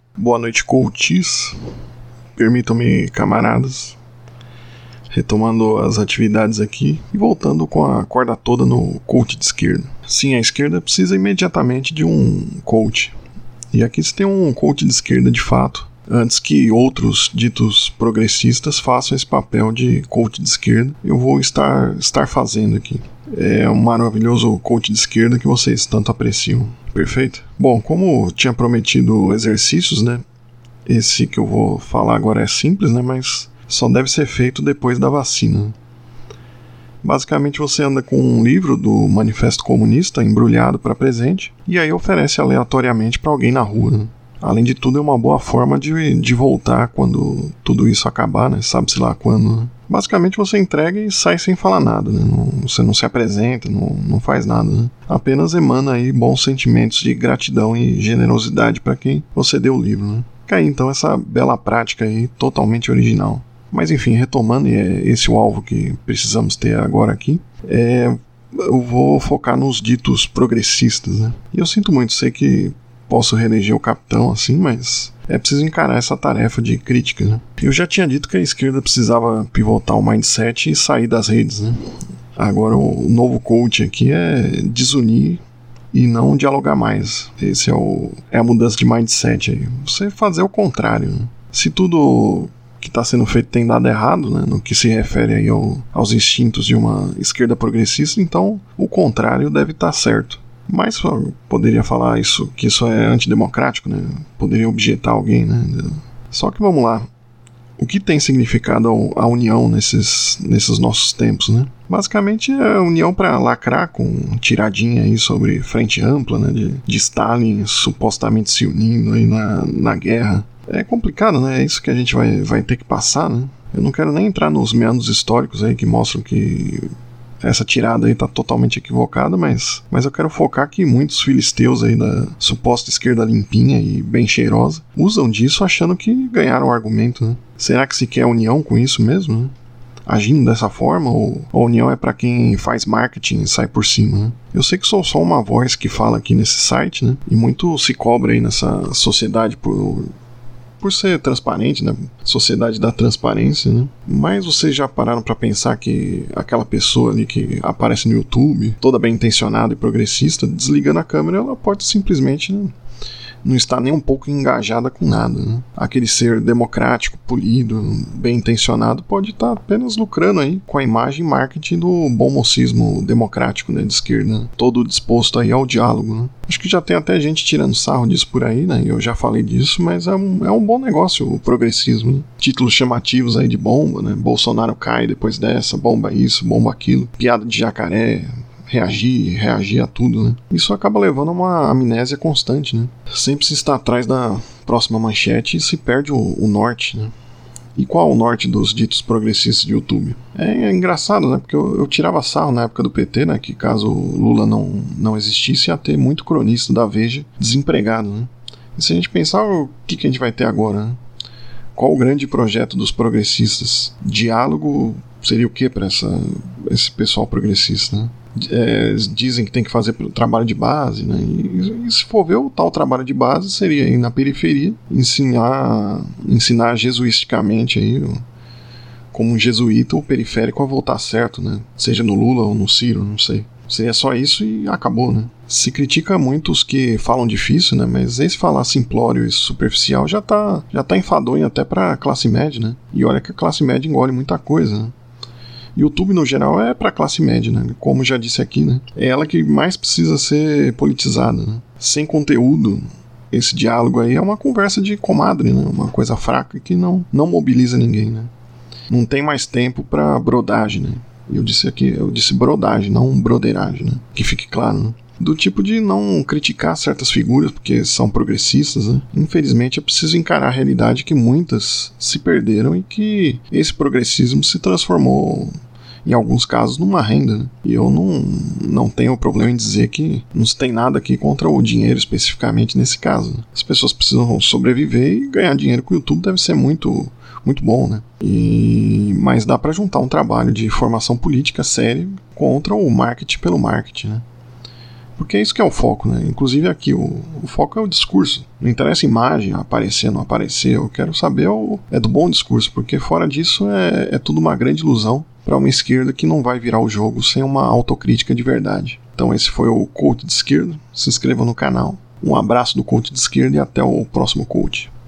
Boa noite, coaches. Permitam-me, camaradas, retomando as atividades aqui e voltando com a corda toda no coach de esquerda. Sim, a esquerda precisa imediatamente de um coach. E aqui se tem um coach de esquerda de fato, antes que outros ditos progressistas façam esse papel de coach de esquerda, eu vou estar fazendo aqui. É um maravilhoso coach de esquerda que vocês tanto apreciam. Perfeito? Bom, como tinha prometido exercícios, né? Esse que eu vou falar agora é simples, né? Mas só deve ser feito depois da vacina. Basicamente você anda com um livro do Manifesto Comunista embrulhado para presente e aí oferece aleatoriamente para alguém na rua, né? Além de tudo, é uma boa forma de voltar quando tudo isso acabar, né? Sabe-se lá quando, né? Basicamente você entrega e sai sem falar nada, né? Você não se apresenta, não faz nada, né? Apenas emana aí bons sentimentos de gratidão e generosidade para quem você deu o livro, né? Cai então essa bela prática aí totalmente original. Mas enfim, retomando, e é esse o alvo que precisamos ter agora aqui, eu vou focar nos ditos progressistas, né? E eu sinto muito, sei que posso reeleger o capitão assim, mas é preciso encarar essa tarefa de crítica, né? Eu já tinha dito que a esquerda precisava pivotar o mindset e sair das redes, né? Agora o novo coach aqui é desunir e não dialogar mais. Esse é a mudança de mindset aí. Você fazer o contrário, né? Se tudo que está sendo feito tem dado errado, né, no que se refere aí aos instintos de uma esquerda progressista, então o contrário deve estar certo. Mas poderia falar que isso é antidemocrático, né? Poderia objetar alguém, né? Só que vamos lá. O que tem significado a união nesses nossos tempos, né? Basicamente é a união para lacrar com tiradinha aí sobre frente ampla, né? De Stalin supostamente se unindo aí na guerra. É complicado, né? É isso que a gente vai ter que passar, né? Eu não quero nem entrar nos meandros históricos aí que mostram que essa tirada aí tá totalmente equivocada, mas eu quero focar que muitos filisteus aí da suposta esquerda limpinha e bem cheirosa usam disso achando que ganharam o argumento, né? Será que se quer união com isso mesmo, né? Agindo dessa forma, ou a união é para quem faz marketing e sai por cima, né? Eu sei que sou só uma voz que fala aqui nesse site, né? E muito se cobra aí nessa sociedade por ser transparente, né? Sociedade da transparência, né? Mas vocês já pararam para pensar que aquela pessoa ali que aparece no YouTube, toda bem intencionada e progressista, desligando a câmera, ela pode simplesmente, né, não estar nem um pouco engajada com nada, né? Aquele ser democrático, polido, bem intencionado pode estar apenas lucrando aí com a imagem e marketing do bom mocismo democrático, né, de esquerda, né? Todo disposto aí ao diálogo, né? Acho que já tem até gente tirando sarro disso por aí, né? Eu já falei disso, mas é um bom negócio o progressismo, né? Títulos chamativos aí de bomba, né? Bolsonaro cai depois dessa, bomba isso, bomba aquilo, piada de jacaré, reagir a tudo, né? Isso acaba levando a uma amnésia constante, né? Sempre se está atrás da próxima manchete e se perde o norte, né? E qual o norte dos ditos progressistas de YouTube? É engraçado, né? Porque eu tirava sarro na época do PT, né? Que caso o Lula não existisse, ia ter muito cronista da Veja desempregado, né? E se a gente pensar, o que a gente vai ter agora, né? Qual o grande projeto dos progressistas? Diálogo seria o que para esse pessoal progressista, né? Dizem que tem que fazer trabalho de base, né? E se for ver, o tal trabalho de base seria ir na periferia, ensinar jesuisticamente aí, como um jesuíta, o periférico a voltar certo, né? Seja no Lula ou no Ciro, não sei. Seria só isso e acabou, né? Se critica muito os que falam difícil, né? Mas esse falar simplório e superficial já tá enfadonho até pra classe média, né? E olha que a classe média engole muita coisa, né? YouTube, no geral, é pra classe média, né? Como já disse aqui, né? É ela que mais precisa ser politizada, né? Sem conteúdo, esse diálogo aí é uma conversa de comadre, né? Uma coisa fraca que não mobiliza ninguém, né? Não tem mais tempo pra brodagem, né? Eu disse brodagem, não broderagem, né? Que fique claro, né? Do tipo de não criticar certas figuras porque são progressistas, né? Infelizmente é preciso encarar a realidade que muitas se perderam e que esse progressismo se transformou, em alguns casos, numa renda, né? E eu não tenho problema em dizer que não se tem nada aqui contra o dinheiro especificamente nesse caso, né? As pessoas precisam sobreviver e ganhar dinheiro com o YouTube deve ser muito bom, né? Mas dá para juntar um trabalho de formação política sério contra o marketing pelo marketing, né? Porque é isso que é o foco, né? Inclusive aqui, o foco é o discurso. Não interessa a imagem, aparecer, não aparecer. Eu quero saber do bom discurso, porque fora disso é tudo uma grande ilusão para uma esquerda que não vai virar o jogo sem uma autocrítica de verdade. Então esse foi o Coach de Esquerda. Se inscreva no canal. Um abraço do Coach de Esquerda e até o próximo Coach.